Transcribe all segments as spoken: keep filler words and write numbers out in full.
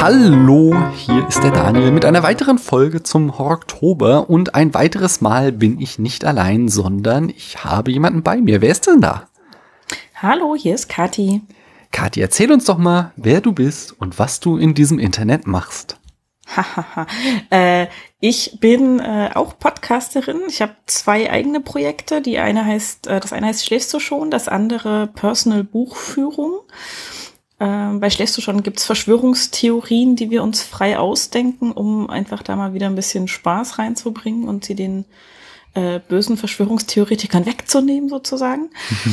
Hallo, hier ist der Daniel mit einer weiteren Folge zum Horror-Oktober und ein weiteres Mal bin ich nicht allein, sondern ich habe jemanden bei mir. Wer ist denn da? Hallo, hier ist Kathi. Kathi, erzähl uns doch mal, wer du bist und was du in diesem Internet machst. Hahaha. äh, ich bin äh, auch Podcasterin. Ich habe zwei eigene Projekte. Die eine heißt, äh, das eine heißt Schläfst du schon, das andere Personal Buchführung. Ähm, bei Schläfst du schon gibt's Verschwörungstheorien, die wir uns frei ausdenken, um einfach da mal wieder ein bisschen Spaß reinzubringen und sie den äh, bösen Verschwörungstheoretikern wegzunehmen sozusagen.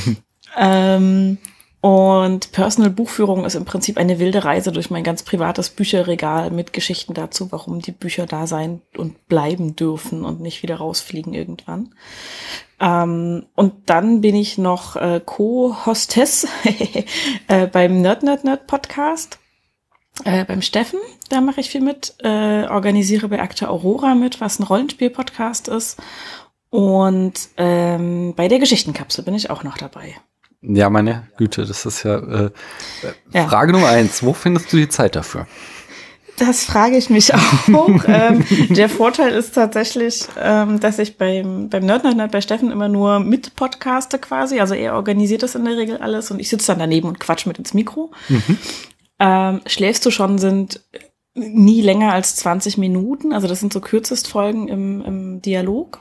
ähm, und Personal Buchführung ist im Prinzip eine wilde Reise durch mein ganz privates Bücherregal mit Geschichten dazu, warum die Bücher da sein und bleiben dürfen und nicht wieder rausfliegen irgendwann. Ähm, und dann bin ich noch äh, Co-Hostess äh, beim Nerd Nerd Nerd Podcast, äh, beim Steffen, da mache ich viel mit, äh, organisiere bei Akte Aurora mit, was ein Rollenspiel-Podcast ist, und ähm, bei der Geschichtenkapsel bin ich auch noch dabei. Ja, meine Güte, das ist ja, äh, ja. Frage Nummer eins, wo findest du die Zeit dafür? Das frage ich mich auch. ähm, der Vorteil ist tatsächlich, ähm, dass ich beim, beim Nerd Nerd Nerd bei Steffen immer nur mit podcaste quasi. Also er organisiert das in der Regel alles und ich sitze dann daneben und quatsch mit ins Mikro. Mhm. Ähm, Schläfst du schon sind nie länger als zwanzig Minuten. Also das sind so Kürzestfolgen im, im Dialog.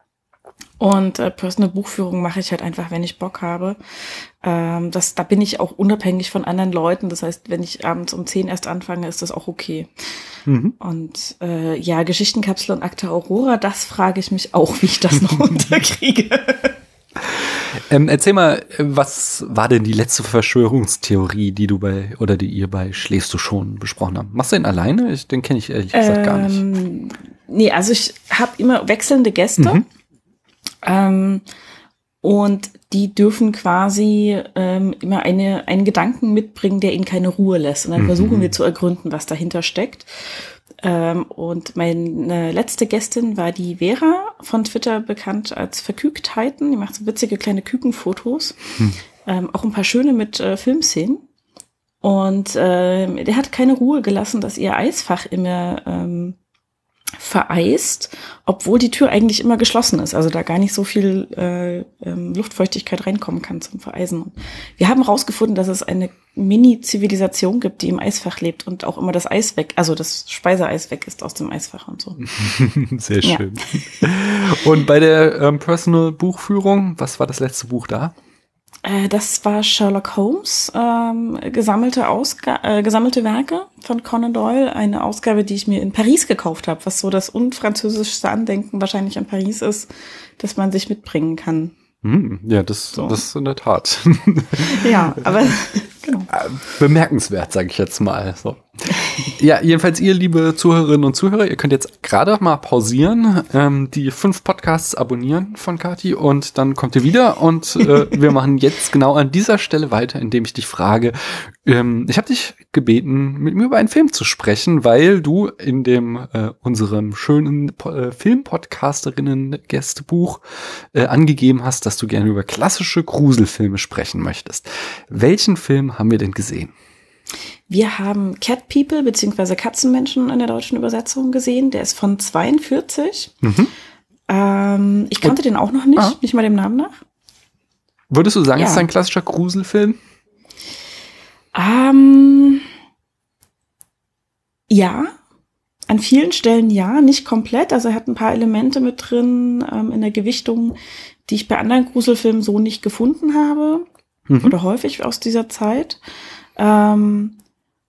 Und äh, Personal Buchführung mache ich halt einfach, wenn ich Bock habe. Ähm, das, da bin ich auch unabhängig von anderen Leuten. Das heißt, wenn ich abends um zehn erst anfange, ist das auch okay. Mhm. Und äh, ja, Geschichtenkapsel und Akte Aurora, das frage ich mich auch, wie ich das noch unterkriege. Ähm, erzähl mal, was war denn die letzte Verschwörungstheorie, die du bei, oder die ihr bei Schläfst du schon besprochen habt? Machst du den alleine? Ich, den kenne ich ehrlich gesagt ähm, gar nicht. Nee, also ich habe immer wechselnde Gäste. Mhm. Ähm, und die dürfen quasi ähm, immer eine, einen Gedanken mitbringen, der ihnen keine Ruhe lässt. Und dann mhm. versuchen wir zu ergründen, was dahinter steckt. Ähm, und meine letzte Gästin war die Vera, von Twitter bekannt als Verkügtheiten. Die macht so witzige kleine Kükenfotos. Mhm. Ähm, auch ein paar schöne mit äh, Filmszenen. Und äh, der hat keine Ruhe gelassen, dass ihr Eisfach immer ähm, vereist, obwohl die Tür eigentlich immer geschlossen ist, also da gar nicht so viel äh, ähm, Luftfeuchtigkeit reinkommen kann zum Vereisen. Wir haben herausgefunden, dass es eine Mini-Zivilisation gibt, die im Eisfach lebt und auch immer das Eis weg, also das Speiseeis weg ist aus dem Eisfach und so. Sehr schön. Ja. Und bei der ähm, Personal Buchführung, was war das letzte Buch da? Das war Sherlock Holmes, ähm, gesammelte, Ausga- äh, gesammelte Werke von Conan Doyle. Eine Ausgabe, die ich mir in Paris gekauft habe, was so das unfranzösischste Andenken wahrscheinlich an Paris ist, dass man sich mitbringen kann. Hm, ja, das, so. das in der Tat. Ja, aber genau. Bemerkenswert, sage ich jetzt mal. So. Ja, jedenfalls ihr, liebe Zuhörerinnen und Zuhörer, ihr könnt jetzt gerade mal pausieren, ähm, die fünf Podcasts abonnieren von Kathi und dann kommt ihr wieder und äh, wir machen jetzt genau an dieser Stelle weiter, indem ich dich frage, ähm, ich habe dich gebeten, mit mir über einen Film zu sprechen, weil du in dem äh, unserem schönen äh, Film-Podcasterinnen-Gästebuch äh, angegeben hast, dass du gerne über klassische Gruselfilme sprechen möchtest. Welchen Film haben wir denn gesehen? Wir haben Cat People beziehungsweise Katzenmenschen in der deutschen Übersetzung gesehen. Der ist von zweiundvierzig. Mhm. Ähm, ich kannte Und, den auch noch nicht, ah. nicht mal dem Namen nach. Würdest du sagen, ja. Es ist ein klassischer Gruselfilm? Ähm, ja, an vielen Stellen ja, nicht komplett. Also er hat ein paar Elemente mit drin ähm, in der Gewichtung, die ich bei anderen Gruselfilmen so nicht gefunden habe. Mhm. Oder häufig aus dieser Zeit. Ähm,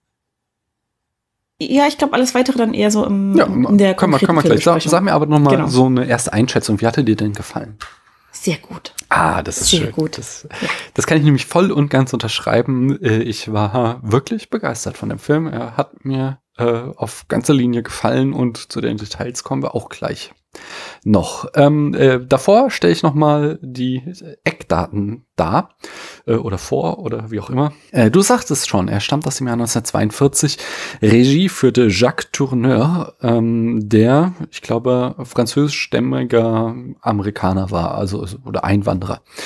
ja, ich glaube, alles weitere dann eher so im, ja, in der kann man, kann man gleich. Sag, sag mir aber noch mal genau. so eine erste Einschätzung. Wie hat er dir denn gefallen? Sehr gut. Ah, das ist Sehr schön. gut. Das, das kann ich nämlich voll und ganz unterschreiben. Ich war wirklich begeistert von dem Film. Er hat mir äh, auf ganzer Linie gefallen und zu den Details kommen wir auch gleich noch. Ähm, äh, davor stelle ich noch mal die Eckdaten dar äh, oder vor oder wie auch immer. Äh, du sagtest schon, er stammt aus dem Jahr neunzehnhundertzweiundvierzig. Regie führte Jacques Tourneur, ähm, der, ich glaube, französischstämmiger Amerikaner war, also oder Einwanderer.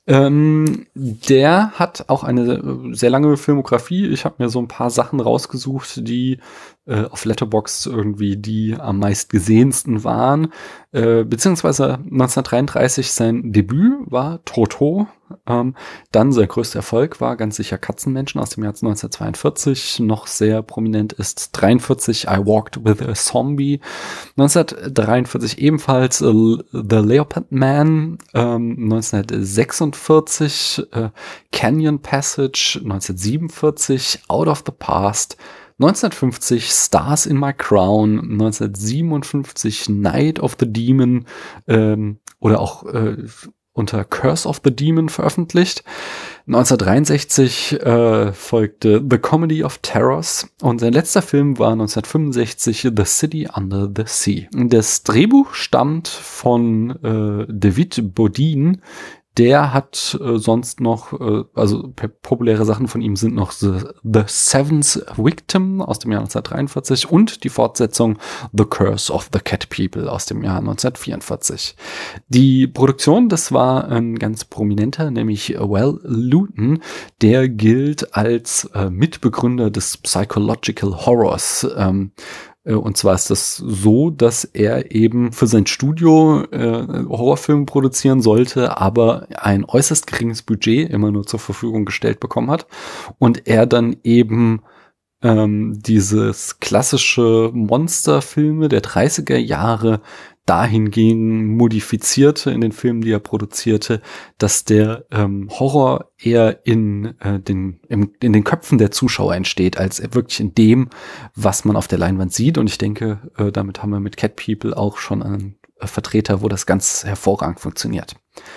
Ähm, der hat auch eine sehr lange Filmografie. Ich habe mir so ein paar Sachen rausgesucht, die äh, auf Letterboxd irgendwie die am meist gesehensten waren. Äh, beziehungsweise neunzehnhundertdreiunddreißig sein Debüt war Toto. Ähm, dann sein größter Erfolg war ganz sicher Katzenmenschen aus dem Jahr neunzehnhundertzweiundvierzig. Noch sehr prominent ist dreiundvierzig I Walked with a Zombie. neunzehnhundertdreiundvierzig ebenfalls uh, The Leopard Man. Ähm, neunzehnhundertsechsundvierzig äh, Canyon Passage. neunzehnhundertsiebenundvierzig Out of the Past. neunzehnhundertfünfzig Stars in My Crown, neunzehnhundertsiebenundfünfzig Night of the Demon ähm, oder auch äh, unter Curse of the Demon veröffentlicht. neunzehnhundertdreiundsechzig äh, folgte The Comedy of Terrors und sein letzter Film war neunzehnhundertfünfundsechzig The City Under the Sea. Das Drehbuch stammt von äh, David Bodin. Der hat äh, sonst noch, äh, also populäre Sachen von ihm sind noch The, The Seventh Victim aus dem Jahr neunzehnhundertdreiundvierzig und die Fortsetzung The Curse of the Cat People aus dem Jahr neunzehnhundertvierundvierzig. Die Produktion, das war ein ganz prominenter, nämlich Val Lewton. Der gilt als äh, Mitbegründer des Psychological Horrors. Ähm, Und zwar ist das so, dass er eben für sein Studio äh, Horrorfilme produzieren sollte, aber ein äußerst geringes Budget immer nur zur Verfügung gestellt bekommen hat. Und er dann eben ähm, dieses klassische Monsterfilme der dreißiger Jahre dahingehend modifizierte in den Filmen, die er produzierte, dass der ähm, Horror eher in, äh, den, im, in den Köpfen der Zuschauer entsteht, als wirklich in dem, was man auf der Leinwand sieht. Und ich denke, äh, damit haben wir mit Cat People auch schon einen äh, Vertreter, wo das ganz hervorragend funktioniert.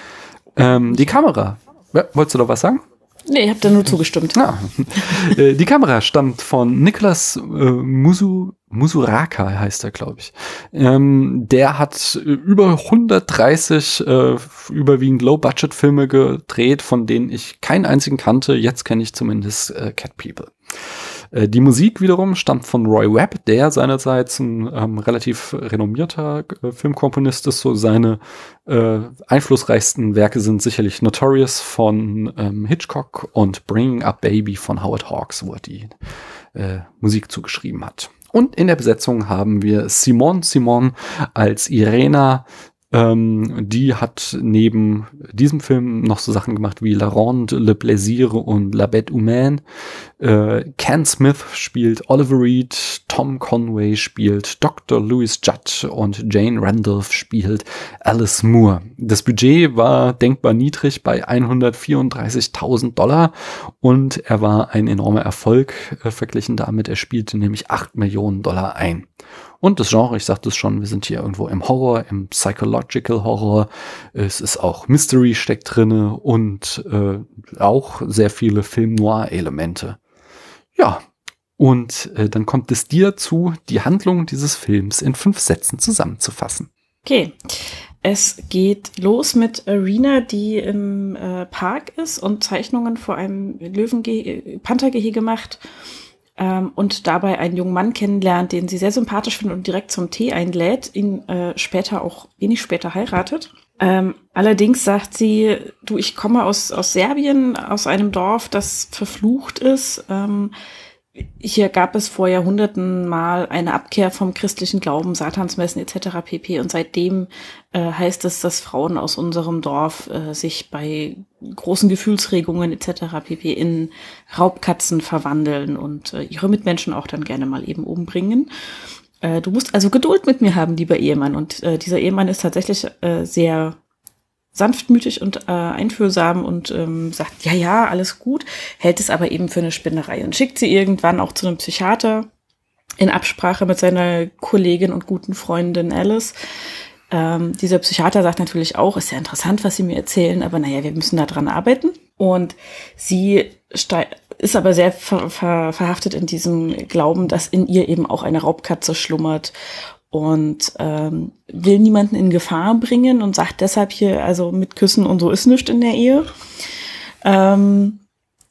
Ähm, die Kamera. Ja, wolltest du da was sagen? Nee, ich habe da nur zugestimmt. Ja. Die Kamera stammt von Nicholas äh, Musu, Musuraka, heißt er, glaube ich. Ähm, der hat über hundertdreißig äh, überwiegend Low-Budget-Filme gedreht, von denen ich keinen einzigen kannte. Jetzt kenne ich zumindest äh, Cat People. Äh, die Musik wiederum stammt von Roy Webb, der seinerseits ein ähm, relativ renommierter äh, Filmkomponist ist. So seine äh, einflussreichsten Werke sind sicherlich Notorious von ähm, Hitchcock und Bringing Up Baby von Howard Hawks, wo er die äh, Musik zugeschrieben hat. Und in der Besetzung haben wir Simone Simon als Irena. Ähm, die hat neben diesem Film noch so Sachen gemacht wie La Ronde, Le Plaisir und La Bête Humaine. Äh, Ken Smith spielt Oliver Reed, Tom Conway spielt Doktor Louis Judd und Jane Randolph spielt Alice Moore. Das Budget war denkbar niedrig bei hundertvierunddreißigtausend Dollar und er war ein enormer Erfolg äh, verglichen damit. Er spielte nämlich acht Millionen Dollar ein. Und das Genre, ich sagte es schon, wir sind hier irgendwo im Horror, im Psychological Horror. Es ist auch Mystery steckt drinne und äh, auch sehr viele Film-Noir-Elemente. Ja, und äh, dann kommt es dir zu, die Handlung dieses Films in fünf Sätzen zusammenzufassen. Okay, es geht los mit Irena, die im äh, Park ist und Zeichnungen vor einem Löwenge- Panthergehege macht. Ähm, und dabei einen jungen Mann kennenlernt, den sie sehr sympathisch findet und direkt zum Tee einlädt, ihn äh, später auch wenig später heiratet. Ähm, allerdings sagt sie, du, ich komme aus, aus Serbien, aus einem Dorf, das verflucht ist. Ähm, hier gab es vor Jahrhunderten mal eine Abkehr vom christlichen Glauben, Satansmessen et cetera pp. Und seitdem äh, heißt es, dass Frauen aus unserem Dorf äh, sich bei großen Gefühlsregungen et cetera pp. In Raubkatzen verwandeln und äh, ihre Mitmenschen auch dann gerne mal eben umbringen. Äh, du musst also Geduld mit mir haben, lieber Ehemann. Und äh, dieser Ehemann ist tatsächlich äh, sehr sanftmütig und äh, einfühlsam und ähm, sagt, ja, ja, alles gut, hält es aber eben für eine Spinnerei und schickt sie irgendwann auch zu einem Psychiater in Absprache mit seiner Kollegin und guten Freundin Alice. Ähm, dieser Psychiater sagt natürlich auch, ist ja interessant, was sie mir erzählen, aber naja, wir müssen da dran arbeiten. Und sie ste- ist aber sehr ver- ver- verhaftet in diesem Glauben, dass in ihr eben auch eine Raubkatze schlummert und ähm, will niemanden in Gefahr bringen und sagt deshalb hier, also mit Küssen und so ist nichts in der Ehe. Ähm,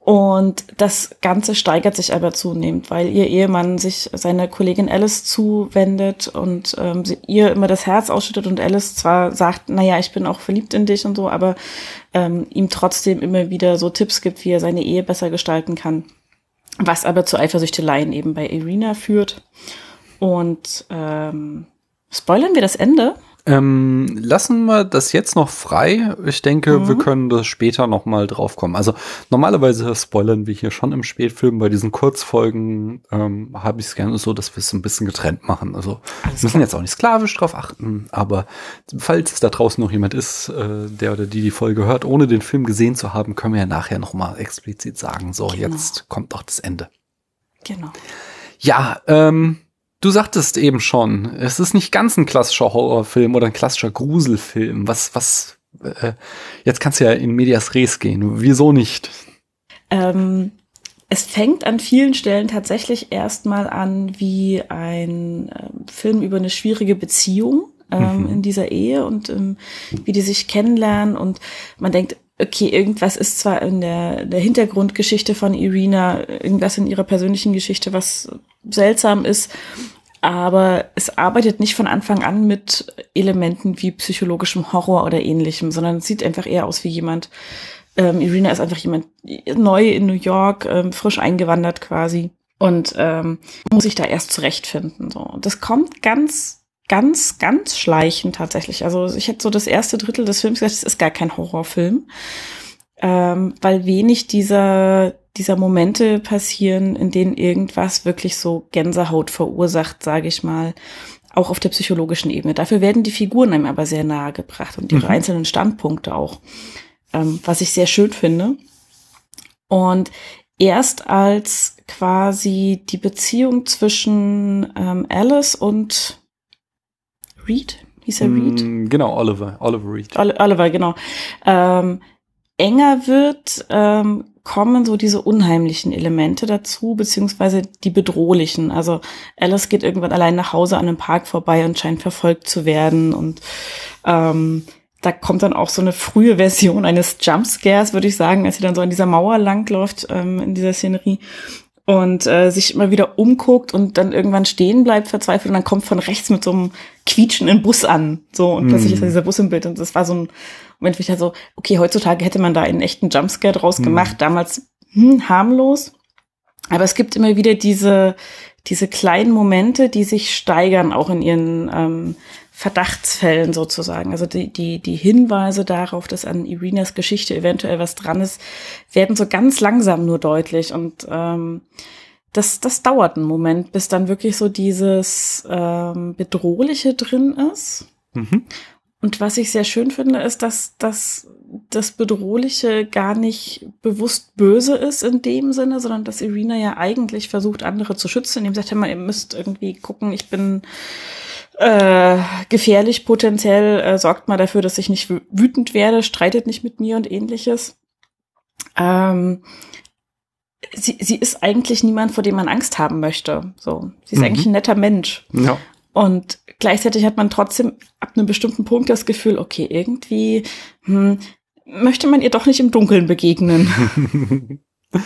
Und das Ganze steigert sich aber zunehmend, weil ihr Ehemann sich seiner Kollegin Alice zuwendet und ähm, sie, ihr immer das Herz ausschüttet und Alice zwar sagt, naja, ich bin auch verliebt in dich und so, aber ähm, ihm trotzdem immer wieder so Tipps gibt, wie er seine Ehe besser gestalten kann, was aber zu Eifersüchteleien eben bei Irina führt. Und ähm, spoilern wir das Ende? Ähm, lassen wir das jetzt noch frei. Ich denke, mhm. wir können das später noch mal drauf kommen. Also normalerweise spoilern wir hier schon im Spätfilm. Bei diesen Kurzfolgen ähm, habe ich es gerne so, dass wir es ein bisschen getrennt machen. Also wir müssen jetzt auch nicht sklavisch drauf achten, aber falls es da draußen noch jemand ist, äh, der oder die die Folge hört, ohne den Film gesehen zu haben, können wir ja nachher noch mal explizit sagen, so, genau. Jetzt kommt auch das Ende. Genau. Ja, ähm, du sagtest eben schon, es ist nicht ganz ein klassischer Horrorfilm oder ein klassischer Gruselfilm. Was, was, äh, jetzt kannst du ja in medias res gehen. Wieso nicht? Ähm, es fängt an vielen Stellen tatsächlich erstmal an wie ein äh, Film über eine schwierige Beziehung ähm, mhm. in dieser Ehe und ähm, wie die sich kennenlernen und man denkt, okay, irgendwas ist zwar in der, der Hintergrundgeschichte von Irina, irgendwas in ihrer persönlichen Geschichte, was seltsam ist, aber es arbeitet nicht von Anfang an mit Elementen wie psychologischem Horror oder ähnlichem, sondern es sieht einfach eher aus wie jemand, ähm, Irina ist einfach jemand neu in New York, ähm, frisch eingewandert quasi und ähm, muss sich da erst zurechtfinden. So. Und das kommt ganz, ganz, ganz schleichend tatsächlich. Also ich hätte so das erste Drittel des Films gesagt, es ist gar kein Horrorfilm, ähm, weil wenig dieser dieser Momente passieren, in denen irgendwas wirklich so Gänsehaut verursacht, sage ich mal, auch auf der psychologischen Ebene. Dafür werden die Figuren einem aber sehr nahe gebracht und ihre mhm. einzelnen Standpunkte auch, ähm, was ich sehr schön finde. Und erst als quasi die Beziehung zwischen ähm, Alice und Reed, hieß er Reed? Mm, genau, Oliver, Oliver Reed. Oliver, genau. Ähm, enger wird, ähm, kommen so diese unheimlichen Elemente dazu, beziehungsweise die bedrohlichen. Also Alice geht irgendwann allein nach Hause an einem Park vorbei und scheint verfolgt zu werden. Und ähm, da kommt dann auch so eine frühe Version eines Jumpscares, würde ich sagen, als sie dann so an dieser Mauer langläuft, ähm, in dieser Szenerie. Und äh, sich immer wieder umguckt und dann irgendwann stehen bleibt, verzweifelt. Und dann kommt von rechts mit so einem quietschenden Bus an. So, und mm. plötzlich ist da dieser Bus im Bild. Und das war so ein Moment, wo ich halt so, okay, heutzutage hätte man da einen echten Jumpscare draus mm. gemacht. Damals hm, harmlos. Aber es gibt immer wieder diese diese kleinen Momente, die sich steigern, auch in ihren ähm, Verdachtsfällen sozusagen. Also die, die, die Hinweise darauf, dass an Irinas Geschichte eventuell was dran ist, werden so ganz langsam nur deutlich. Und ähm, das, das dauert einen Moment, bis dann wirklich so dieses ähm, Bedrohliche drin ist. Mhm. Und was ich sehr schön finde, ist, dass, dass das Bedrohliche gar nicht bewusst böse ist in dem Sinne, sondern dass Irina ja eigentlich versucht, andere zu schützen, indem sie sagt, ihr müsst irgendwie gucken, ich bin äh, gefährlich potenziell, äh, sorgt mal dafür, dass ich nicht wütend werde, streitet nicht mit mir und ähnliches. Ähm, sie, sie ist eigentlich niemand, vor dem man Angst haben möchte. So, sie ist mhm. eigentlich ein netter Mensch. Ja. Und gleichzeitig hat man trotzdem ab einem bestimmten Punkt das Gefühl, okay, irgendwie hm, möchte man ihr doch nicht im Dunkeln begegnen.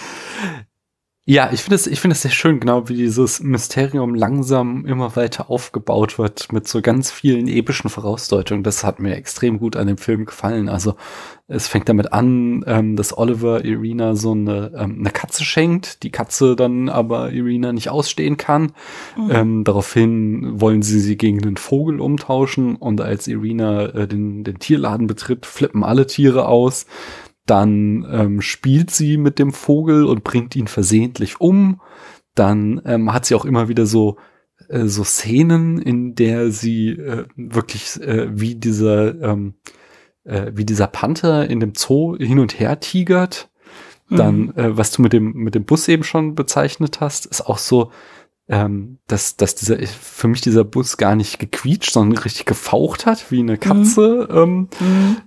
Ja, ich finde es, ich finde es sehr schön, genau wie dieses Mysterium langsam immer weiter aufgebaut wird mit so ganz vielen epischen Vorausdeutungen. Das hat mir extrem gut an dem Film gefallen. Also es fängt damit an, ähm, dass Oliver Irina so eine, ähm, eine Katze schenkt, die Katze dann aber Irina nicht ausstehen kann. Mhm. Ähm, daraufhin wollen sie sie gegen einen Vogel umtauschen und als Irina äh, den, den Tierladen betritt, flippen alle Tiere aus. Dann ähm, spielt sie mit dem Vogel und bringt ihn versehentlich um. Dann ähm, hat sie auch immer wieder so äh, so Szenen, in der sie äh, wirklich äh, wie dieser ähm, äh, wie dieser Panther in dem Zoo hin und her tigert. Mhm. Dann, äh, was du mit dem mit dem Bus eben schon bezeichnet hast, ist auch so, ähm, dass dass dieser für mich dieser Bus gar nicht gequietscht, sondern richtig gefaucht hat wie eine Katze. Mhm. Ähm, mhm.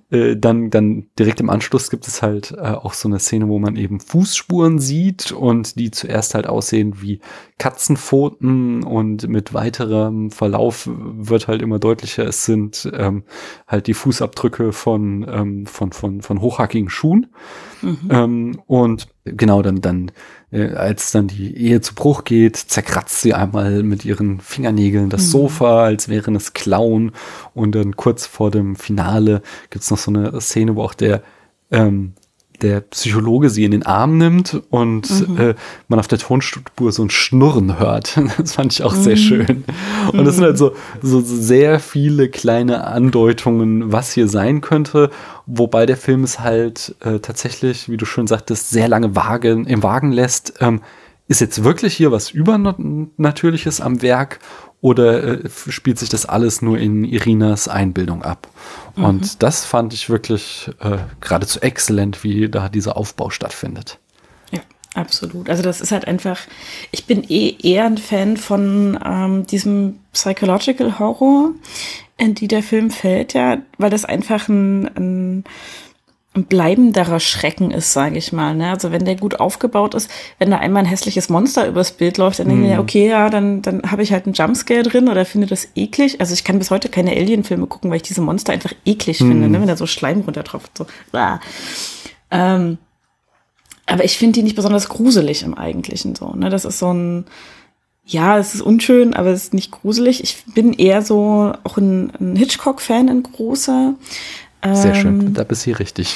äh, dann, dann direkt im Anschluss gibt es halt äh, auch so eine Szene, wo man eben Fußspuren sieht und die zuerst halt aussehen wie Katzenpfoten und mit weiterem Verlauf wird halt immer deutlicher, es sind ähm, halt die Fußabdrücke von, ähm, von, von, von hochhackigen Schuhen. Mhm. Ähm, und genau, dann, dann äh, als dann die Ehe zu Bruch geht, zerkratzt sie einmal mit ihren Fingernägeln das mhm. Sofa, als wären es Klauen. Und dann kurz vor dem Finale gibt's noch so eine Szene, wo auch der ähm, der Psychologe sie in den Arm nimmt und mhm. äh, man auf der Tonspur so ein Schnurren hört. Das fand ich auch mhm. sehr schön. Und das sind halt so, so sehr viele kleine Andeutungen, was hier sein könnte, wobei der Film es halt äh, tatsächlich, wie du schön sagtest, sehr lange Wagen, im Wagen lässt. Ähm, ist jetzt wirklich hier was Übernatürliches am Werk oder äh, spielt sich das alles nur in Irinas Einbildung ab? Mhm. Und das fand ich wirklich äh, geradezu exzellent, wie da dieser Aufbau stattfindet. Ja, absolut. Also das ist halt einfach, ich bin eh eher ein Fan von ähm, diesem Psychological Horror, in die der Film fällt, ja, weil das einfach ein, ein ein bleibenderer Schrecken ist, sage ich mal. Ne? Also wenn der gut aufgebaut ist, wenn da einmal ein hässliches Monster übers Bild läuft, dann denke ich mir, okay, ja, dann, dann habe ich halt einen Jumpscare drin oder finde das eklig. Also ich kann bis heute keine Alien-Filme gucken, weil ich diese Monster einfach eklig mm. finde, ne? Wenn da so Schleim runtertropft. So. Ähm, aber ich finde die nicht besonders gruselig im Eigentlichen. So, ne? Das ist so ein, ja, es ist unschön, aber es ist nicht gruselig. Ich bin eher so auch ein, ein Hitchcock-Fan, ein großer. Sehr schön, da bist du hier richtig.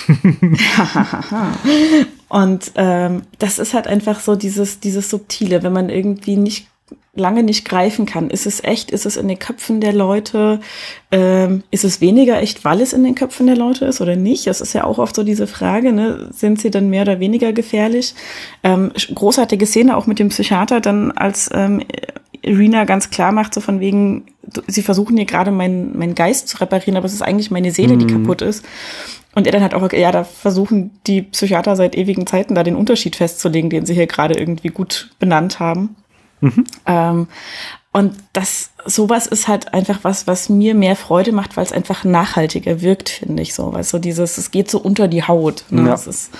Und ähm, das ist halt einfach so dieses, dieses Subtile, wenn man irgendwie nicht lange nicht greifen kann. Ist es echt? Ist es in den Köpfen der Leute? Ähm, ist es weniger echt, weil es in den Köpfen der Leute ist oder nicht? Das ist ja auch oft so diese Frage, ne? Sind sie dann mehr oder weniger gefährlich? Ähm, großartige Szene auch mit dem Psychiater, dann als ähm, Irina ganz klar macht, so von wegen, sie versuchen hier gerade meinen meinen Geist zu reparieren, aber es ist eigentlich meine Seele, die mhm. kaputt ist. Und er dann halt auch, ja, da versuchen die Psychiater seit ewigen Zeiten da den Unterschied festzulegen, den sie hier gerade irgendwie gut benannt haben. Mhm. Ähm, und das, sowas ist halt einfach was, was mir mehr Freude macht, weil es einfach nachhaltiger wirkt, finde ich so. Weil so dieses, es geht so unter die Haut. Ne? Ja. Das ist,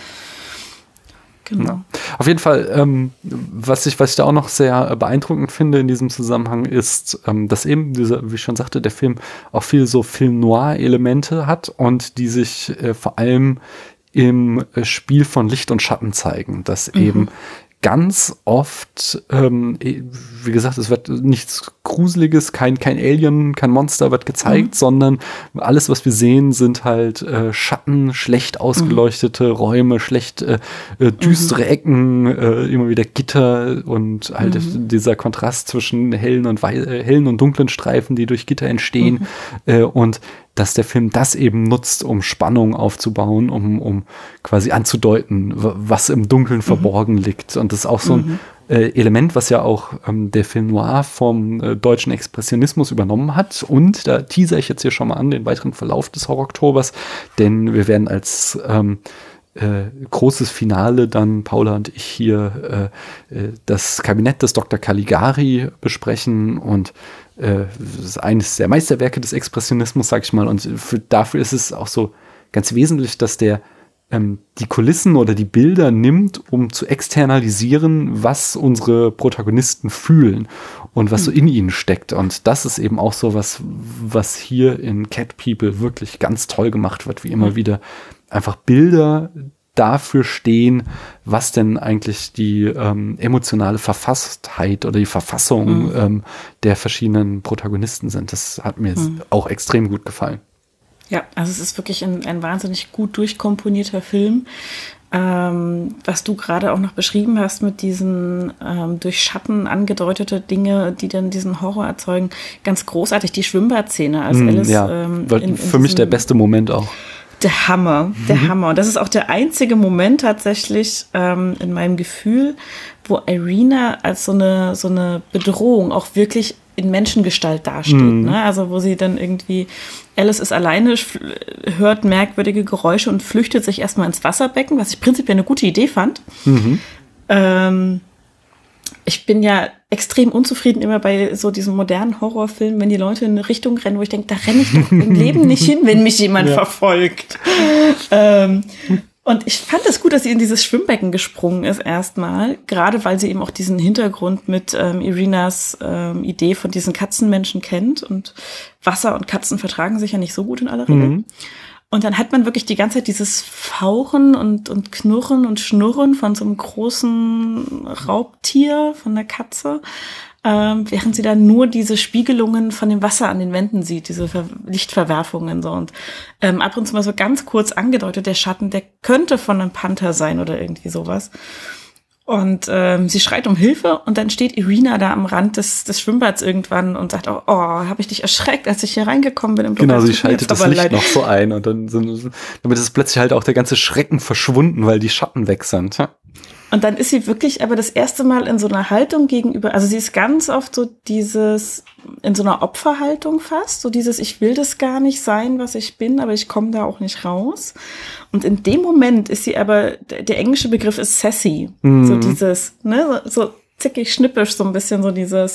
genau. Ja. Auf jeden Fall, ähm, was ich, was ich da auch noch sehr beeindruckend finde in diesem Zusammenhang ist, ähm, dass eben, dieser, wie ich schon sagte, der Film auch viel so Film-Noir-Elemente hat und die sich äh, vor allem im äh, Spiel von Licht und Schatten zeigen, dass mhm. eben ganz oft, ähm, wie gesagt, es wird nichts Gruseliges, kein, kein Alien, kein Monster wird gezeigt, mhm. sondern alles, was wir sehen, sind halt äh, Schatten, schlecht ausgeleuchtete mhm. Räume, schlecht äh, äh, düstere mhm. Ecken, äh, immer wieder Gitter und halt mhm. dieser Kontrast zwischen hellen und wei- äh, hellen und dunklen Streifen, die durch Gitter entstehen mhm. äh, und dass der Film das eben nutzt, um Spannung aufzubauen, um, um quasi anzudeuten, was im Dunkeln mhm. verborgen liegt. Und das ist auch so ein mhm. äh, Element, was ja auch ähm, der Film Noir vom äh, deutschen Expressionismus übernommen hat. Und da teaser ich jetzt hier schon mal an den weiteren Verlauf des Horror-Oktobers, denn wir werden als ähm, äh, großes Finale dann, Paula und ich hier, äh, äh, das Kabinett des Doktor Caligari besprechen und das ist eines der Meisterwerke des Expressionismus, sag ich mal, und für, dafür ist es auch so ganz wesentlich, dass der ähm, die Kulissen oder die Bilder nimmt, um zu externalisieren, was unsere Protagonisten fühlen und was mhm. so in ihnen steckt. Und das ist eben auch so was, was hier in Cat People wirklich ganz toll gemacht wird, wie immer mhm. wieder einfach Bilder dafür stehen, was denn eigentlich die ähm, emotionale Verfasstheit oder die Verfassung mhm. ähm, der verschiedenen Protagonisten sind. Das hat mir mhm. auch extrem gut gefallen. Ja, also es ist wirklich ein, ein wahnsinnig gut durchkomponierter Film. Ähm, was du gerade auch noch beschrieben hast mit diesen ähm, durch Schatten angedeutete Dinge, die dann diesen Horror erzeugen, ganz großartig. Die Schwimmbadszene, als mm, Alice ja, ähm, in, in für mich der beste Moment auch. Der Hammer, der mhm. Hammer. Und das ist auch der einzige Moment tatsächlich ähm, in meinem Gefühl, wo Irina als so eine so eine Bedrohung auch wirklich in Menschengestalt dasteht. Mhm. Ne? Also wo sie dann irgendwie, Alice ist alleine, hört merkwürdige Geräusche und flüchtet sich erstmal ins Wasserbecken, was ich prinzipiell eine gute Idee fand. Mhm. Ähm, ich bin ja extrem unzufrieden immer bei so diesen modernen Horrorfilmen, wenn die Leute in eine Richtung rennen, wo ich denke, da renne ich doch im Leben nicht hin, wenn mich jemand ja. verfolgt. ähm, und ich fand es gut, dass sie in dieses Schwimmbecken gesprungen ist erstmal, gerade weil sie eben auch diesen Hintergrund mit ähm, Irinas ähm, Idee von diesen Katzenmenschen kennt und Wasser und Katzen vertragen sich ja nicht so gut in aller Regel. Mhm. Und dann hat man wirklich die ganze Zeit dieses Fauchen und, und Knurren und Schnurren von so einem großen Raubtier, von der Katze, ähm, während sie dann nur diese Spiegelungen von dem Wasser an den Wänden sieht, diese Ver- Lichtverwerfungen so. Und ähm, ab und zu mal so ganz kurz angedeutet, der Schatten, der könnte von einem Panther sein oder irgendwie sowas. Und ähm, sie schreit um Hilfe und dann steht Irina da am Rand des, des Schwimmbads irgendwann und sagt, oh, oh habe ich dich erschreckt, als ich hier reingekommen bin. Im genau, sie schaltet das Licht leid. noch so ein und dann sind, damit ist plötzlich halt auch der ganze Schrecken verschwunden, weil die Schatten weg sind. Ja. Und dann ist sie wirklich aber das erste Mal in so einer Haltung gegenüber, also sie ist ganz oft so dieses, in so einer Opferhaltung fast, so dieses, ich will das gar nicht sein, was ich bin, aber ich komme da auch nicht raus. Und in dem Moment ist sie aber, der englische Begriff ist sassy, mhm. so dieses, ne, so, so zickig, schnippisch, so ein bisschen so dieses,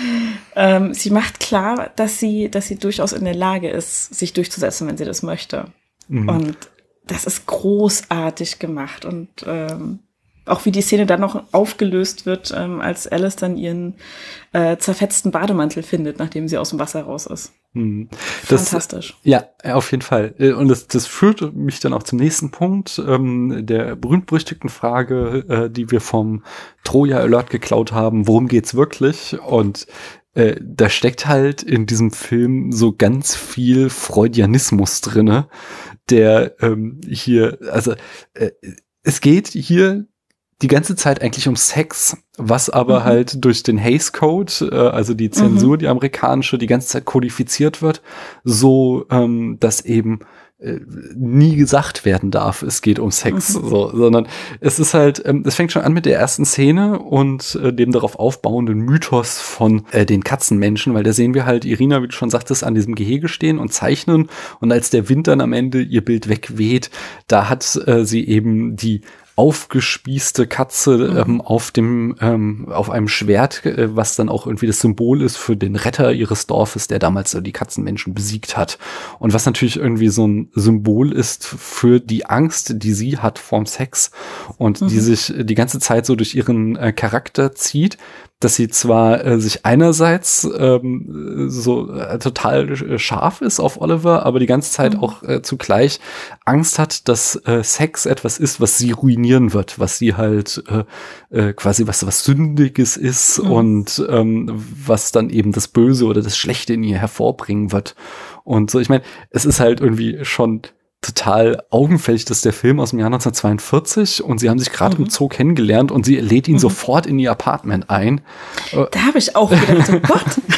ähm, sie macht klar, dass sie, dass sie durchaus in der Lage ist, sich durchzusetzen, wenn sie das möchte. Mhm. Und das ist großartig gemacht und ähm, auch wie die Szene dann noch aufgelöst wird, ähm, als Alice dann ihren äh, zerfetzten Bademantel findet, nachdem sie aus dem Wasser raus ist. Hm. Das, fantastisch. Ja, auf jeden Fall. Und das, das führt mich dann auch zum nächsten Punkt, ähm, der berühmt-berüchtigten Frage, äh, die wir vom Troja Alert geklaut haben. Worum geht's wirklich? Und äh, da steckt halt in diesem Film so ganz viel Freudianismus drinne, der ähm, hier, also äh, es geht hier die ganze Zeit eigentlich um Sex, was aber mhm. halt durch den Hays Code, äh, also die Zensur, mhm. die amerikanische, die ganze Zeit kodifiziert wird, so, ähm, dass eben äh, nie gesagt werden darf, es geht um Sex, mhm. so, sondern es ist halt, ähm, es fängt schon an mit der ersten Szene und äh, dem darauf aufbauenden Mythos von äh, den Katzenmenschen, weil da sehen wir halt Irina, wie du schon sagtest, an diesem Gehege stehen und zeichnen und als der Wind dann am Ende ihr Bild wegweht, da hat äh, sie eben die aufgespießte Katze mhm. ähm, auf dem ähm, auf einem Schwert, äh, was dann auch irgendwie das Symbol ist für den Retter ihres Dorfes, der damals äh, die Katzenmenschen besiegt hat. Und was natürlich irgendwie so ein Symbol ist für die Angst, die sie hat vorm Sex und mhm. die sich die ganze Zeit so durch ihren äh, Charakter zieht, dass sie zwar äh, sich einerseits ähm, so äh, total äh, scharf ist auf Oliver, aber die ganze Zeit mhm. auch äh, zugleich Angst hat, dass äh, Sex etwas ist, was sie ruinieren wird, was sie halt äh, äh, quasi was was Sündiges ist mhm. und ähm, was dann eben das Böse oder das Schlechte in ihr hervorbringen wird. Und so, ich meine, es ist halt irgendwie schon total augenfällig, dass der Film aus dem Jahr neunzehnhundertzweiundvierzig und sie haben sich gerade mhm. im Zoo kennengelernt und sie lädt ihn mhm. sofort in ihr Apartment ein. Da habe ich auch gedacht, oh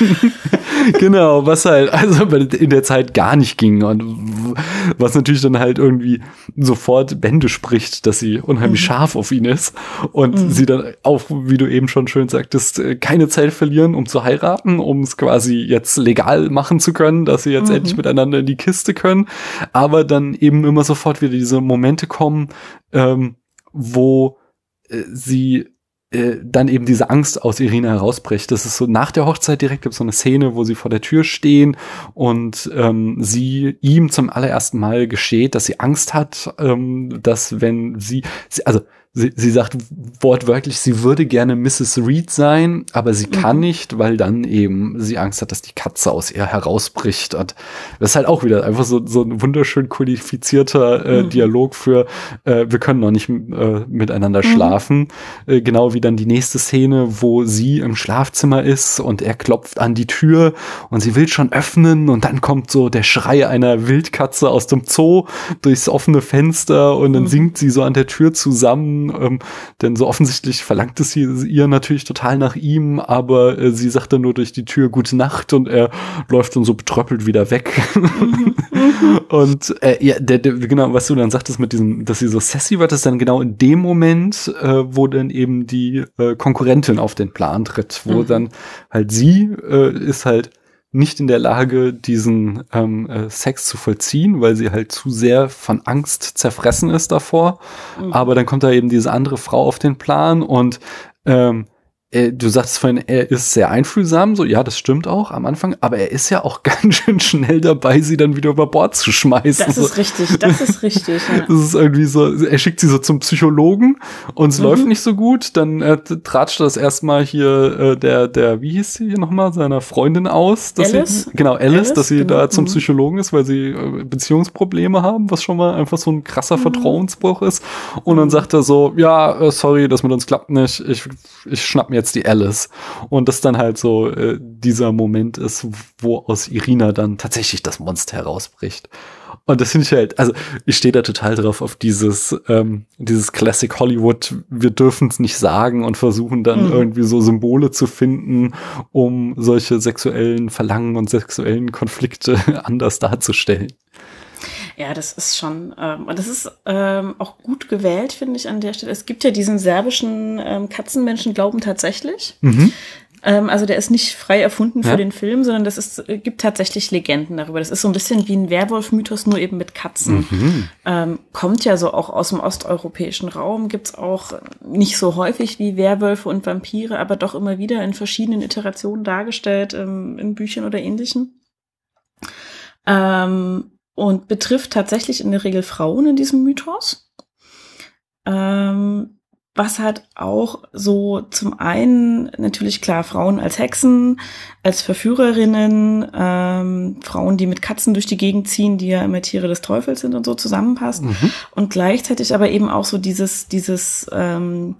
Gott. Genau, was halt also in der Zeit gar nicht ging und was natürlich dann halt irgendwie sofort Bände spricht, dass sie unheimlich mhm. scharf auf ihn ist und mhm. sie dann auch, wie du eben schon schön sagtest, keine Zeit verlieren, um zu heiraten, um es quasi jetzt legal machen zu können, dass sie jetzt mhm. endlich miteinander in die Kiste können, aber dann eben immer sofort wieder diese Momente kommen, ähm, wo äh, sie äh, dann eben diese Angst aus Irina herausbricht. Das ist so nach der Hochzeit direkt, gibt es so eine Szene, wo sie vor der Tür stehen und ähm, sie ihm zum allerersten Mal gesteht, dass sie Angst hat, ähm, dass wenn sie, sie also Sie, sie sagt wortwörtlich, sie würde gerne Misses Reed sein, aber sie kann mhm. nicht, weil dann eben sie Angst hat, dass die Katze aus ihr herausbricht. Und das ist halt auch wieder einfach so, so ein wunderschön kodifizierter äh, mhm. Dialog für äh, wir können noch nicht äh, miteinander mhm. schlafen. Äh, genau wie dann die nächste Szene, wo sie im Schlafzimmer ist und er klopft an die Tür und sie will schon öffnen und dann kommt so der Schrei einer Wildkatze aus dem Zoo durchs offene Fenster und dann mhm. singt sie so an der Tür zusammen. Ähm, denn so offensichtlich verlangt es sie, ihr natürlich total nach ihm, aber äh, sie sagt dann nur durch die Tür Gute Nacht und er läuft dann so betröppelt wieder weg. Mhm. Und äh, ja, der, der, genau, was du dann sagtest mit diesem, dass sie so sassy wird, ist dann genau in dem Moment, äh, wo dann eben die äh, Konkurrentin auf den Plan tritt, wo mhm. dann halt sie äh, ist halt nicht in der Lage, diesen ähm, äh, Sex zu vollziehen, weil sie halt zu sehr von Angst zerfressen ist davor. Mhm. Aber dann kommt da eben diese andere Frau auf den Plan und ähm, äh, du sagst vorhin, er ist sehr einfühlsam, so, ja, das stimmt auch am Anfang, aber er ist ja auch ganz schön schnell dabei, sie dann wieder über Bord zu schmeißen. Das ist so. richtig, das ist richtig. Ja. Das ist irgendwie so, er schickt sie so zum Psychologen und es mhm. läuft nicht so gut, dann äh, tratscht das erstmal hier äh, der, der, wie hieß sie hier nochmal, seiner Freundin aus. Dass Alice? Sie, genau, Alice, Alice, dass sie genau. da zum mhm. Psychologen ist, weil sie äh, Beziehungsprobleme haben, was schon mal einfach so ein krasser mhm. Vertrauensbruch ist. Und dann sagt er so, ja, äh, sorry, das mit uns klappt nicht, ich, ich schnapp mir jetzt die Alice. Und das dann halt so äh, dieser Moment ist, wo aus Irina dann tatsächlich das Monster herausbricht. Und das finde ich halt, also ich stehe da total drauf auf dieses ähm, dieses Classic Hollywood, wir dürfen es nicht sagen und versuchen dann mhm. irgendwie so Symbole zu finden, um solche sexuellen Verlangen und sexuellen Konflikte anders darzustellen. Ja, das ist schon, ähm, und das ist ähm, auch gut gewählt, finde ich, an der Stelle. Es gibt ja diesen serbischen ähm, Katzenmenschen Glauben tatsächlich. Mhm. Ähm, also der ist nicht frei erfunden für ja. den Film, sondern das ist, gibt tatsächlich Legenden darüber. Das ist so ein bisschen wie ein Werwolf-Mythos, nur eben mit Katzen. Mhm. Ähm, kommt ja so auch aus dem osteuropäischen Raum, gibt's auch nicht so häufig wie Werwölfe und Vampire, aber doch immer wieder in verschiedenen Iterationen dargestellt, ähm, in Büchern oder Ähnlichem. Ähm, Und betrifft tatsächlich in der Regel Frauen in diesem Mythos. Ähm, was halt auch so zum einen natürlich klar Frauen als Hexen, als Verführerinnen, ähm, Frauen, die mit Katzen durch die Gegend ziehen, die ja immer Tiere des Teufels sind und so zusammenpasst. Mhm. Und gleichzeitig aber eben auch so dieses, dieses ähm,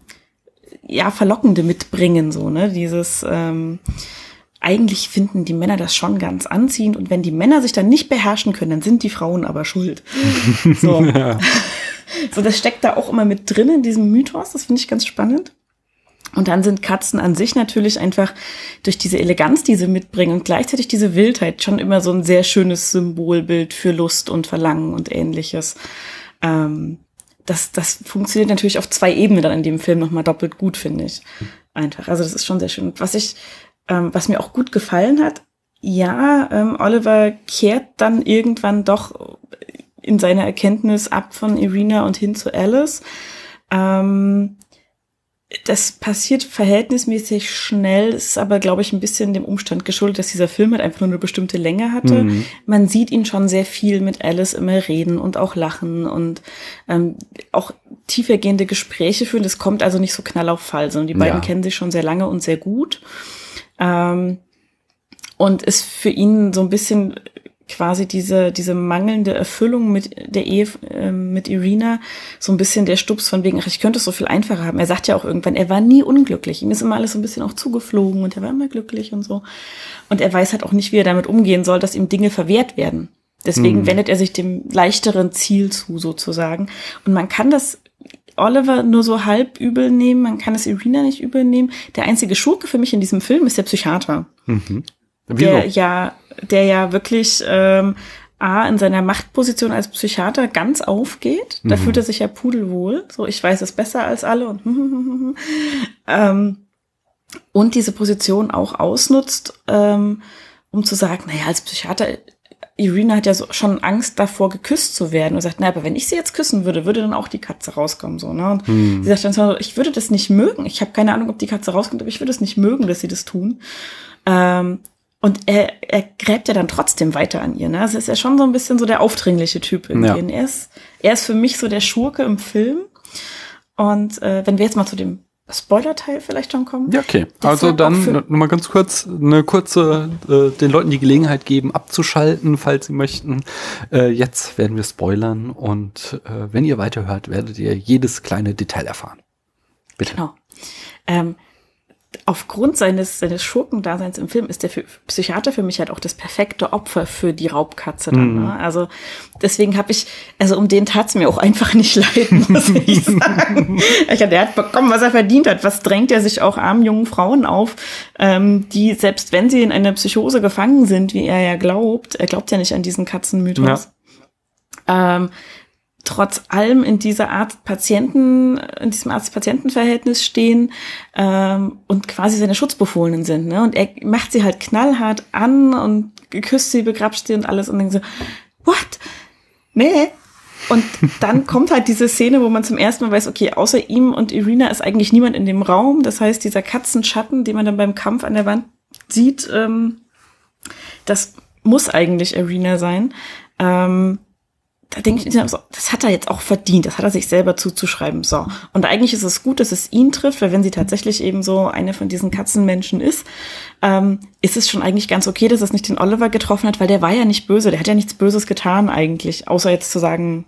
ja Verlockende mitbringen, so, ne, dieses ähm, eigentlich finden die Männer das schon ganz anziehend und wenn die Männer sich dann nicht beherrschen können, dann sind die Frauen aber schuld. So, ja. So, das steckt da auch immer mit drin in diesem Mythos, das finde ich ganz spannend. Und dann sind Katzen an sich natürlich einfach durch diese Eleganz, die sie mitbringen und gleichzeitig diese Wildheit schon immer so ein sehr schönes Symbolbild für Lust und Verlangen und Ähnliches. Ähm, das, das funktioniert natürlich auf zwei Ebenen dann in dem Film nochmal doppelt gut, finde ich. Einfach, also das ist schon sehr schön. Was ich Ähm, was mir auch gut gefallen hat, ja, ähm, Oliver kehrt dann irgendwann doch in seiner Erkenntnis ab von Irina und hin zu Alice. Ähm, das passiert verhältnismäßig schnell, ist aber, glaube ich, ein bisschen dem Umstand geschuldet, dass dieser Film halt einfach nur eine bestimmte Länge hatte. Mhm. Man sieht ihn schon sehr viel mit Alice immer reden und auch lachen und ähm, auch tiefergehende Gespräche führen. Das kommt also nicht so knall auf Fall, sondern die beiden ja. kennen sich schon sehr lange und sehr gut. Ähm, und ist für ihn so ein bisschen quasi diese diese mangelnde Erfüllung mit der Ehe äh, mit Irina so ein bisschen der Stups von wegen, ach, ich könnte es so viel einfacher haben. Er sagt ja auch irgendwann, er war nie unglücklich. Ihm ist immer alles so ein bisschen auch zugeflogen und er war immer glücklich und so. Und er weiß halt auch nicht, wie er damit umgehen soll, dass ihm Dinge verwehrt werden. Deswegen mhm. wendet er sich dem leichteren Ziel zu, sozusagen. Und man kann das Oliver nur so halb übel nehmen, man kann es Irina nicht übel nehmen. Der einzige Schurke für mich in diesem Film ist der Psychiater. Mhm. Der ja, der ja wirklich ähm, A, in seiner Machtposition als Psychiater ganz aufgeht. Da mhm. fühlt er sich ja pudelwohl. So, ich weiß es besser als alle und ähm, und diese Position auch ausnutzt, ähm, um zu sagen, naja, als Psychiater, Irina hat ja so schon Angst davor, geküsst zu werden und sagt, na, aber wenn ich sie jetzt küssen würde, würde dann auch die Katze rauskommen, so, ne? Und hm. sie sagt dann so, ich würde das nicht mögen. Ich habe keine Ahnung, ob die Katze rauskommt, aber ich würde es nicht mögen, dass sie das tun. Ähm, und er, er gräbt ja dann trotzdem weiter an ihr, ne? Also ist ja schon so ein bisschen so der aufdringliche Typ irgendwie. Ja. Er ist, er ist für mich so der Schurke im Film. Und äh, wenn wir jetzt mal zu dem Spoiler-Teil vielleicht schon kommen. Ja, okay. Also dann nur mal ganz kurz, eine kurze, äh, den Leuten die Gelegenheit geben, abzuschalten, falls sie möchten. Äh, jetzt werden wir spoilern und äh, wenn ihr weiterhört, werdet ihr jedes kleine Detail erfahren. Bitte. Genau. Ähm, aufgrund seines, seines Schurkendaseins im Film ist der für, Psychiater für mich halt auch das perfekte Opfer für die Raubkatze dann. Mhm. Ne? Also deswegen habe ich, also um den tat's mir auch einfach nicht leid, muss ich sagen. Ich, der hat bekommen, was er verdient hat. Was drängt er sich auch armen jungen Frauen auf, ähm, die, selbst wenn sie in einer Psychose gefangen sind, wie er ja glaubt, er glaubt ja nicht an diesen Katzenmythos, ja. ähm, trotz allem in dieser Art Patienten, in diesem Arzt-Patienten-Verhältnis stehen ähm, und quasi seine Schutzbefohlenen sind. Ne? Und er macht sie halt knallhart an und küsst sie, begrapscht sie und alles und denkt so, what? Nee, Und dann kommt halt diese Szene, wo man zum ersten Mal weiß, okay, außer ihm und Irina ist eigentlich niemand in dem Raum. Das heißt, dieser Katzenschatten, den man dann beim Kampf an der Wand sieht, ähm, das muss eigentlich Irina sein. Ähm, da denke ich, das hat er jetzt auch verdient, das hat er sich selber zuzuschreiben. So. Und eigentlich ist es gut, dass es ihn trifft, weil wenn sie tatsächlich eben so eine von diesen Katzenmenschen ist, ähm, ist es schon eigentlich ganz okay, dass es nicht den Oliver getroffen hat, weil der war ja nicht böse, der hat ja nichts Böses getan eigentlich, außer jetzt zu sagen,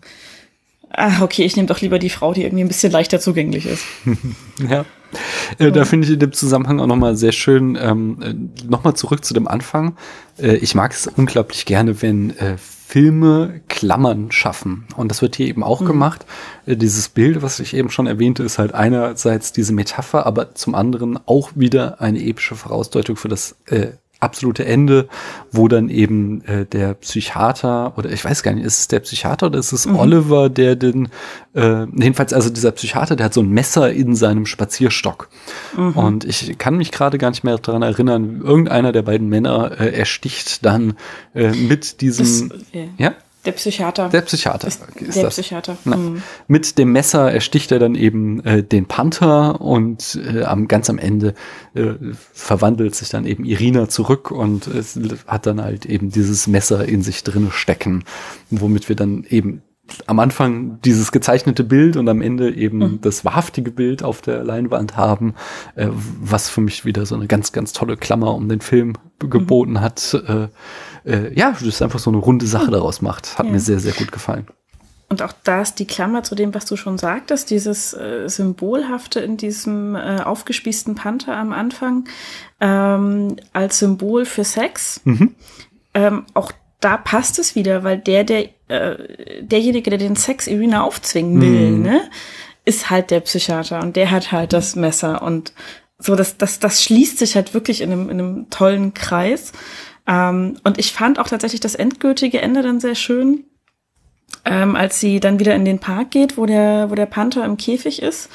ah, okay, ich nehme doch lieber die Frau, die irgendwie ein bisschen leichter zugänglich ist. Ja. Äh, da finde ich in dem Zusammenhang auch nochmal sehr schön, ähm, nochmal zurück zu dem Anfang. Äh, ich mag es unglaublich gerne, wenn äh, Filme Klammern schaffen. Und das wird hier eben auch mhm. gemacht. Äh, dieses Bild, was ich eben schon erwähnte, ist halt einerseits diese Metapher, aber zum anderen auch wieder eine epische Vorausdeutung für das äh, absolute Ende, wo dann eben äh, der Psychiater, oder ich weiß gar nicht, ist es der Psychiater oder ist es mhm. Oliver, der den, äh, jedenfalls also dieser Psychiater, der hat so ein Messer in seinem Spazierstock. Mhm. Und ich kann mich gerade gar nicht mehr daran erinnern, irgendeiner der beiden Männer äh, ersticht dann äh, mit diesem, das, yeah. ja? Der Psychiater. Der Psychiater ist, ist der das. Psychiater. Na, mhm. Mit dem Messer ersticht er dann eben äh, den Panther und äh, am ganz am Ende äh, verwandelt sich dann eben Irina zurück und es hat dann halt eben dieses Messer in sich drin stecken, womit wir dann eben am Anfang dieses gezeichnete Bild und am Ende eben mhm. das wahrhaftige Bild auf der Leinwand haben, äh, was für mich wieder so eine ganz, ganz tolle Klammer um den Film mhm. geboten hat. Äh, äh, ja, das ist einfach so eine runde Sache mhm. daraus macht. Hat ja. mir sehr, sehr gut gefallen. Und auch da ist die Klammer zu dem, was du schon sagtest, dieses äh, Symbolhafte in diesem äh, aufgespießten Panther am Anfang ähm, als Symbol für Sex. Mhm. Ähm, auch da passt es wieder, weil der, der äh, derjenige, der den Sex Irina aufzwingen will, mm. ne, ist halt der Psychiater und der hat halt das Messer und so, das, das, das schließt sich halt wirklich in einem, in einem tollen Kreis. Ähm, und ich fand auch tatsächlich das endgültige Ende dann sehr schön, ähm, als sie dann wieder in den Park geht, wo der, wo der Panther im Käfig ist.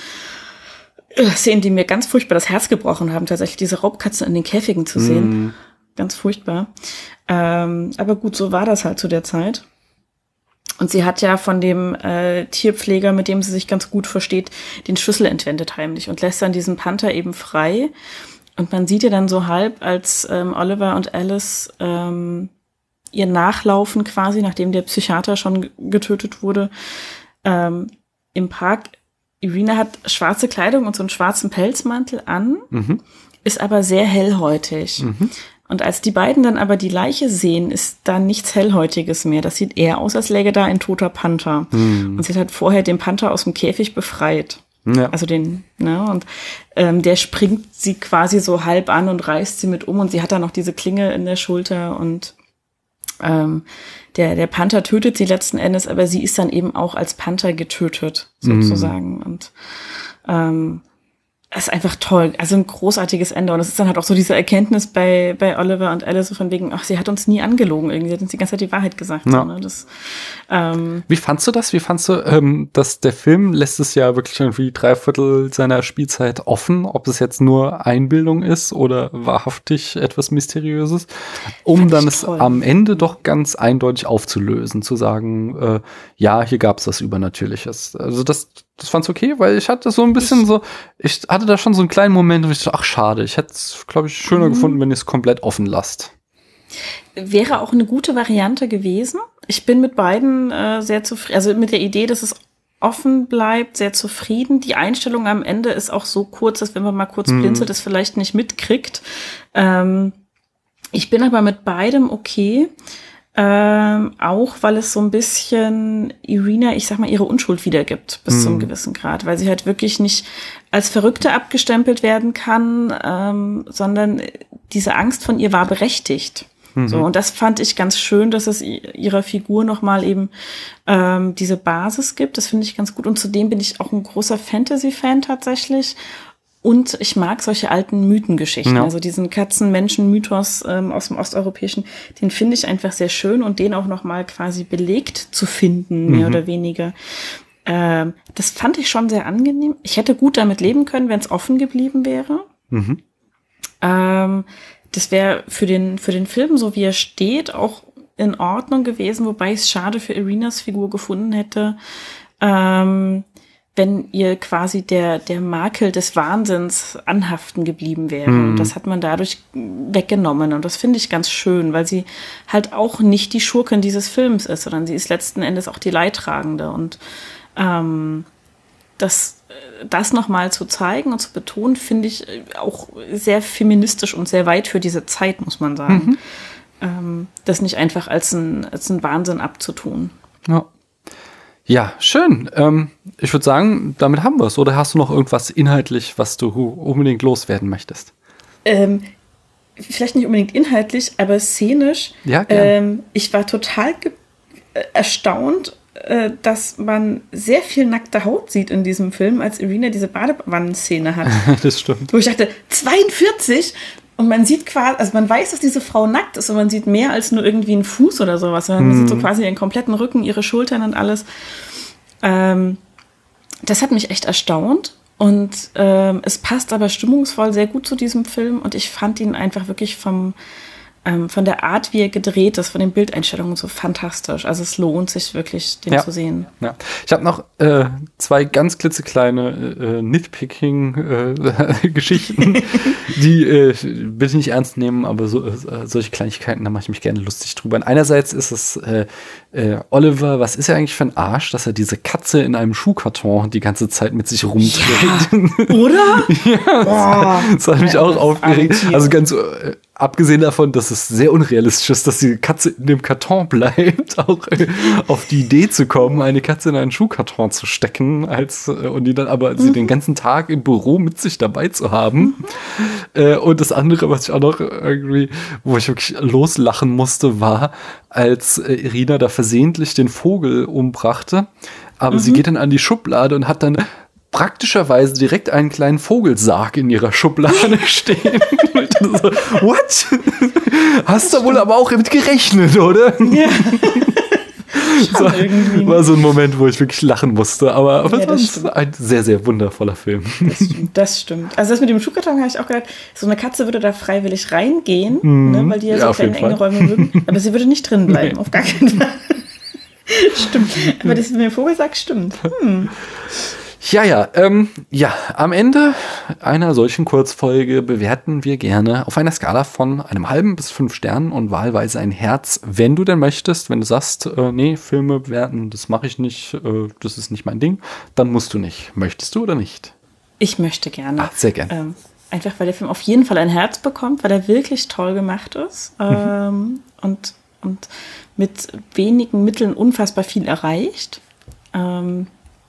Szenen, die mir ganz furchtbar das Herz gebrochen haben, tatsächlich diese Raubkatzen in den Käfigen zu sehen. Mm. Ganz furchtbar. Ähm, aber gut, so war das halt zu der Zeit. Und sie hat ja von dem äh, Tierpfleger, mit dem sie sich ganz gut versteht, den Schlüssel entwendet heimlich und lässt dann diesen Panther eben frei. Und man sieht ja dann so halb, als ähm, Oliver und Alice ähm, ihr nachlaufen quasi, nachdem der Psychiater schon g- getötet wurde, ähm, im Park. Irina hat schwarze Kleidung und so einen schwarzen Pelzmantel an, mhm. ist aber sehr hellhäutig. Mhm. Und als die beiden dann aber die Leiche sehen, ist da nichts Hellhäutiges mehr. Das sieht eher aus, als läge da ein toter Panther. Mhm. Und sie hat vorher den Panther aus dem Käfig befreit. Ja. Also den, ne, und ähm, der springt sie quasi so halb an und reißt sie mit um. Und sie hat dann noch diese Klinge in der Schulter und ähm, der, der Panther tötet sie letzten Endes, aber sie ist dann eben auch als Panther getötet, sozusagen. Mhm. Und ähm, das ist einfach toll. Also ein großartiges Ende. Und es ist dann halt auch so diese Erkenntnis bei, bei Oliver und Alice so von wegen, ach, sie hat uns nie angelogen irgendwie. Sie hat uns die ganze Zeit die Wahrheit gesagt. Ja. So, ne? Das, ähm, Wie fandst du das? Wie fandst du, ähm, dass der Film lässt es ja wirklich irgendwie drei Viertel seiner Spielzeit offen, ob es jetzt nur Einbildung ist oder wahrhaftig etwas Mysteriöses, um dann es toll. Am Ende doch ganz eindeutig aufzulösen, zu sagen, äh, ja, hier gab es was Übernatürliches. Also das Das fand's okay, weil ich hatte so ein bisschen ich, so, ich hatte da schon so einen kleinen Moment, wo ich so, ach schade, ich hätte es, glaube ich, schöner mhm. gefunden, wenn ihr es komplett offen lasst. Wäre auch eine gute Variante gewesen. Ich bin mit beiden äh, sehr zufrieden, also mit der Idee, dass es offen bleibt, sehr zufrieden. Die Einstellung am Ende ist auch so kurz, dass wenn man mal kurz mhm. blinzelt, es vielleicht nicht mitkriegt. Ähm, ich bin aber mit beidem okay. Ähm, auch weil es so ein bisschen Irina, ich sag mal, ihre Unschuld wiedergibt, bis mm. zu einem gewissen Grad, weil sie halt wirklich nicht als Verrückte abgestempelt werden kann, ähm, sondern diese Angst von ihr war berechtigt. Mhm. So, und das fand ich ganz schön, dass es ihrer Figur nochmal eben ähm, diese Basis gibt. Das finde ich ganz gut. Und zudem bin ich auch ein großer Fantasy-Fan tatsächlich. Und ich mag solche alten Mythengeschichten, ja. also diesen Katzen-Menschen-Mythos ähm, aus dem Osteuropäischen, den finde ich einfach sehr schön und den auch nochmal quasi belegt zu finden, mehr mhm. oder weniger. Ähm, das fand ich schon sehr angenehm. Ich hätte gut damit leben können, wenn es offen geblieben wäre. Mhm. Ähm, das wäre für den, für den Film, so wie er steht, auch in Ordnung gewesen, wobei ich es schade für Irenas Figur gefunden hätte, ähm, wenn ihr quasi der, der Makel des Wahnsinns anhaften geblieben wäre. Mhm. Und das hat man dadurch weggenommen. Und das finde ich ganz schön, weil sie halt auch nicht die Schurkin dieses Films ist, sondern sie ist letzten Endes auch die Leidtragende. Und ähm, das, das nochmal zu zeigen und zu betonen, finde ich auch sehr feministisch und sehr weit für diese Zeit, muss man sagen. Mhm. Ähm, das nicht einfach als ein, als ein Wahnsinn abzutun. Ja. Ja, schön. Ähm, ich würde sagen, damit haben wir es. Oder hast du noch irgendwas inhaltlich, was du unbedingt loswerden möchtest? Ähm, vielleicht nicht unbedingt inhaltlich, aber szenisch. Ja, gerne. Ähm, ich war total ge- äh, erstaunt, äh, dass man sehr viel nackte Haut sieht in diesem Film, als Irina diese Badewannenszene hat. Das stimmt. Wo ich dachte, zweiundvierzig? Und man sieht quasi, also man weiß, dass diese Frau nackt ist und man sieht mehr als nur irgendwie einen Fuß oder sowas, sondern man mm. sieht so quasi ihren kompletten Rücken, ihre Schultern und alles. Ähm, das hat mich echt erstaunt und ähm, es passt aber stimmungsvoll sehr gut zu diesem Film und ich fand ihn einfach wirklich vom ähm, von der Art, wie er gedreht ist, von den Bildeinstellungen so fantastisch. Also es lohnt sich wirklich, den ja. zu sehen. Ja. Ich habe noch äh, zwei ganz klitzekleine äh, Nitpicking-Geschichten, äh, die äh, will ich nicht ernst nehmen, aber so, äh, solche Kleinigkeiten, da mache ich mich gerne lustig drüber. Und einerseits ist es äh, äh, Oliver, was ist er eigentlich für ein Arsch, dass er diese Katze in einem Schuhkarton die ganze Zeit mit sich rumträgt. Ja, oder? Ja, das, das hat mich ja, auch aufgeregt. Also ganz äh, abgesehen davon, dass es sehr unrealistisch ist, dass die Katze in dem Karton bleibt, auch äh, auf die Idee zu kommen, eine Katze in einen Schuhkarton zu stecken, als äh, und die dann aber mhm. sie den ganzen Tag im Büro mit sich dabei zu haben. Mhm. Äh, und das andere, was ich auch noch irgendwie, wo ich wirklich loslachen musste, war, als äh, Irina da versehentlich den Vogel umbrachte, aber mhm. sie geht dann an die Schublade und hat dann praktischerweise direkt einen kleinen Vogelsarg in ihrer Schublade stehen. So, what? Hast du wohl aber auch mit gerechnet, oder? Ja. So, war so ein Moment, wo ich wirklich lachen musste. Aber, aber ja, es war ein sehr, sehr wundervoller Film. Das stimmt, das stimmt. Also das mit dem Schuhkarton habe ich auch gedacht, so eine Katze würde da freiwillig reingehen, mm, ne, weil die ja so ja, kleine enge Räume mögen. Aber sie würde nicht drin bleiben, nee. Auf gar keinen Fall. Stimmt. Aber das mit dem Vogelsack stimmt. Hm. Ja, ja, ähm, ja, am Ende einer solchen Kurzfolge bewerten wir gerne auf einer Skala von einem halben bis fünf Sternen und wahlweise ein Herz, wenn du denn möchtest. Wenn du sagst, äh, nee, Filme bewerten, das mache ich nicht, äh, das ist nicht mein Ding, dann musst du nicht. Möchtest du oder nicht? Ich möchte gerne. Ach, sehr gerne. Ähm, einfach, weil der Film auf jeden Fall ein Herz bekommt, weil er wirklich toll gemacht ist ähm, mhm. und, und mit wenigen Mitteln unfassbar viel erreicht. Ähm,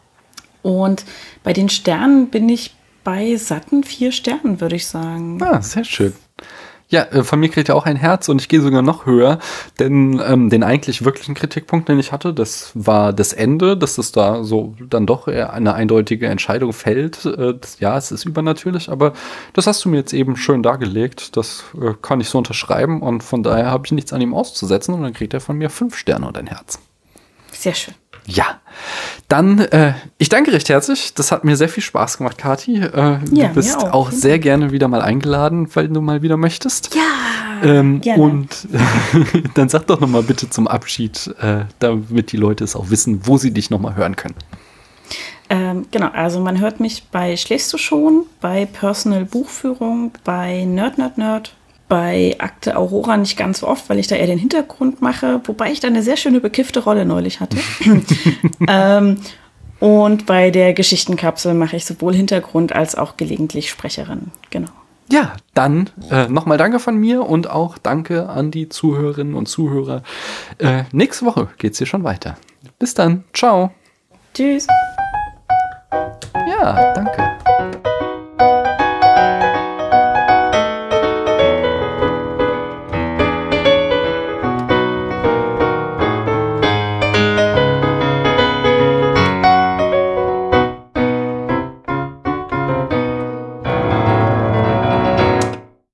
Und bei den Sternen bin ich bei satten vier Sternen, würde ich sagen. Ah, sehr schön. Ja, von mir kriegt er auch ein Herz und ich gehe sogar noch höher, denn ähm, den eigentlich wirklichen Kritikpunkt, den ich hatte, das war das Ende, dass es da so dann doch eher eine eindeutige Entscheidung fällt. Äh, das, ja, es ist übernatürlich, aber das hast du mir jetzt eben schön dargelegt. Das äh, kann ich so unterschreiben und von daher habe ich nichts an ihm auszusetzen und dann kriegt er von mir fünf Sterne und ein Herz. Sehr schön. Ja, dann, äh, ich danke recht herzlich. Das hat mir sehr viel Spaß gemacht, Kathi. Äh, ja, du bist auch. auch sehr gerne wieder mal eingeladen, weil du mal wieder möchtest. Ja, ähm, gerne. Und äh, dann sag doch noch mal bitte zum Abschied, äh, damit die Leute es auch wissen, wo sie dich noch mal hören können. Ähm, genau, also man hört mich bei Schläfst du schon, bei Personal Buchführung, bei Nerd, Nerd, Nerd, bei Akte Aurora nicht ganz so oft, weil ich da eher den Hintergrund mache, wobei ich da eine sehr schöne bekiffte Rolle neulich hatte. ähm, und bei der Geschichtenkapsel mache ich sowohl Hintergrund als auch gelegentlich Sprecherin. Genau. Ja, dann äh, nochmal danke von mir und auch danke an die Zuhörerinnen und Zuhörer. Äh, nächste Woche geht's hier schon weiter. Bis dann. Ciao. Tschüss. Ja, danke.